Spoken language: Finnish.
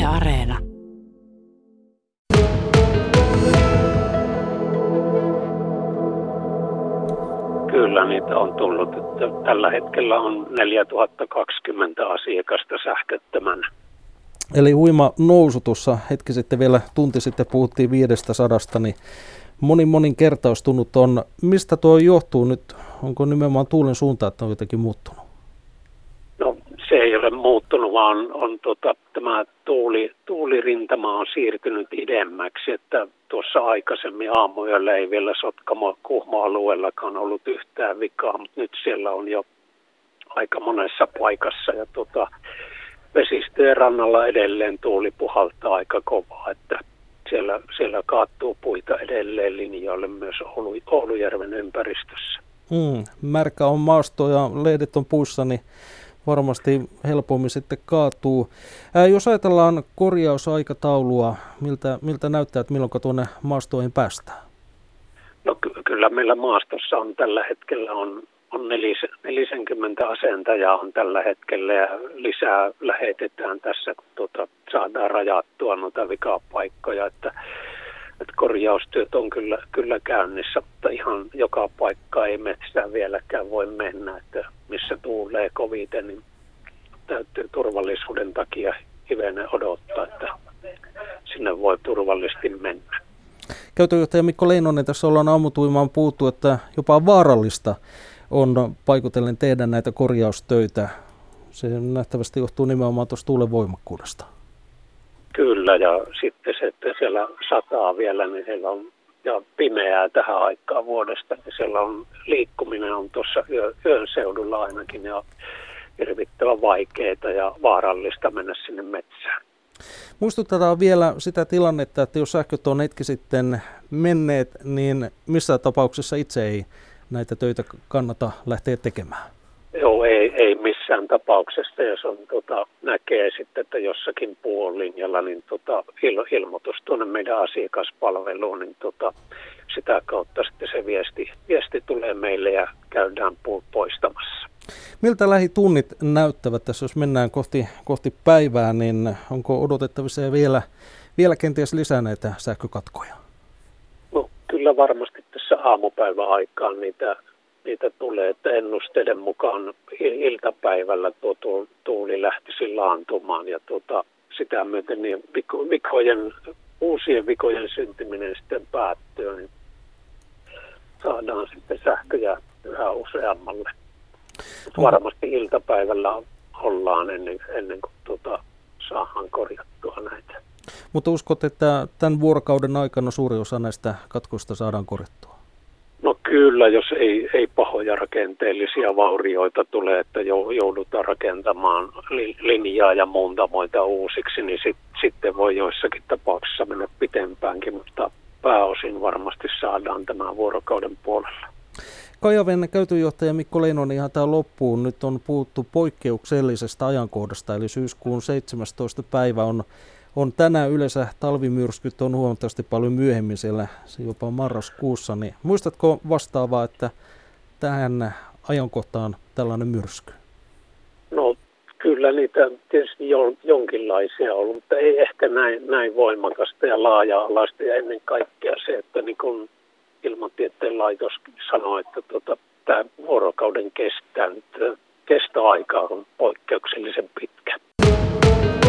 Areena. Kyllä niitä on tullut. Että tällä hetkellä on 4020 asiakasta sähköttömänä. Eli huima nousu tuossa hetki sitten, vielä tunti sitten puhuttiin 500, niin moninkertaistunut on. Mistä tuo johtuu nyt? Onko nimenomaan tuulen suunta, että on jotenkin muuttunut? No se ei ole muuttunut, vaan tämä tuulirintama on siirtynyt idemmäksi, että tuossa aikaisemmin aamuyöllä ei vielä Sotkamo-Kuhmo-alueellakaan ollut yhtään vikaa, mutta nyt siellä on jo aika monessa paikassa ja vesistöjen rannalla edelleen tuuli puhaltaa aika kovaa, että siellä kaattuu puita edelleen linjoille myös Oulujärven ympäristössä. Märkä on maasto ja lehdet on puissa, niin varmasti helpommin sitten kaatuu. Jos ajatellaan korjausaikataulua, miltä näyttää, että milloin tuonne maastoihin päästään? No kyllä meillä maastossa on tällä hetkellä on 40 asentajaa on tällä hetkellä ja lisää lähetetään tässä, kun saadaan rajattua noita vikapaikkoja, että korjaustyöt on kyllä käynnissä, mutta ihan joka paikka ei metsään vieläkään voi mennä, että missä tuulee koviten, niin täytyy turvallisuuden takia hivenen odottaa, että sinne voi turvallisesti mennä. Käytöjohtaja Mikko Leinonen, tässä ollaan aamutuimaan puhuttu, että jopa vaarallista on paikotellen tehdä näitä korjaustöitä. Se nähtävästi johtuu nimenomaan tuosta tuulen voimakkuudesta. Kyllä, ja sitten se, että siellä sataa vielä, niin siellä on ja pimeää tähän aikaan vuodesta, niin siellä on liikkuminen on tuossa yön seudulla ainakin ja hirvittävän vaikeaa ja vaarallista mennä sinne metsään. Muistutetaan vielä sitä tilannetta, että jos sähköt on hetki sitten menneet, niin missään tapauksessa itse ei näitä töitä kannata lähteä tekemään. Joo, ei missään tapauksessa. Jos on, näkee sitten, että jossakin puolilinjalla, niin ilmoitus tuonne meidän asiakaspalveluun, niin sitä kautta sitten se viesti tulee meille ja käydään puut poistamassa. Miltä lähitunnit näyttävät tässä, jos mennään kohti päivää, niin onko odotettavissa vielä kenties lisää näitä sähkökatkoja? No kyllä varmasti tässä aamupäivän aikaan niitä tulee, että ennusteiden mukaan iltapäivällä tuuli lähtisi laantumaan ja sitä myöten niin uusien vikojen syntyminen sitten päättyy, niin saadaan sitten sähköjä yhä useammalle. Varmasti iltapäivällä ollaan ennen kuin saadaan korjattua näitä. Mutta uskot, että tämän vuorokauden aikana suuri osa näistä katkoista saadaan korjattua? No kyllä, jos ei pahoja rakenteellisia vaurioita tule, että joudutaan rakentamaan linjaa ja muuntamoita uusiksi, niin sitten voi joissakin tapauksissa mennä pitempäänkin, mutta pääosin varmasti saadaan tämän vuorokauden puolella. Kajaven käytöjohtaja Mikko Leinonen, ihan tämä loppuun. Nyt on puhuttu poikkeuksellisesta ajankohdasta, eli syyskuun 17. päivä on tänään. Yleensä talvimyrskyt on huomattavasti paljon myöhemmin siellä, jopa marraskuussa. Niin muistatko vastaavaa, että tähän ajankohtaan tällainen myrsky? No kyllä niitä tietysti jonkinlaisia on, mutta ei ehkä näin voimakasta ja laaja-alaista. Ja ennen kaikkea se, että niin kun Ilmatieteen laitos sanoo, että tämä vuorokauden kestoaika on poikkeuksellisen pitkä.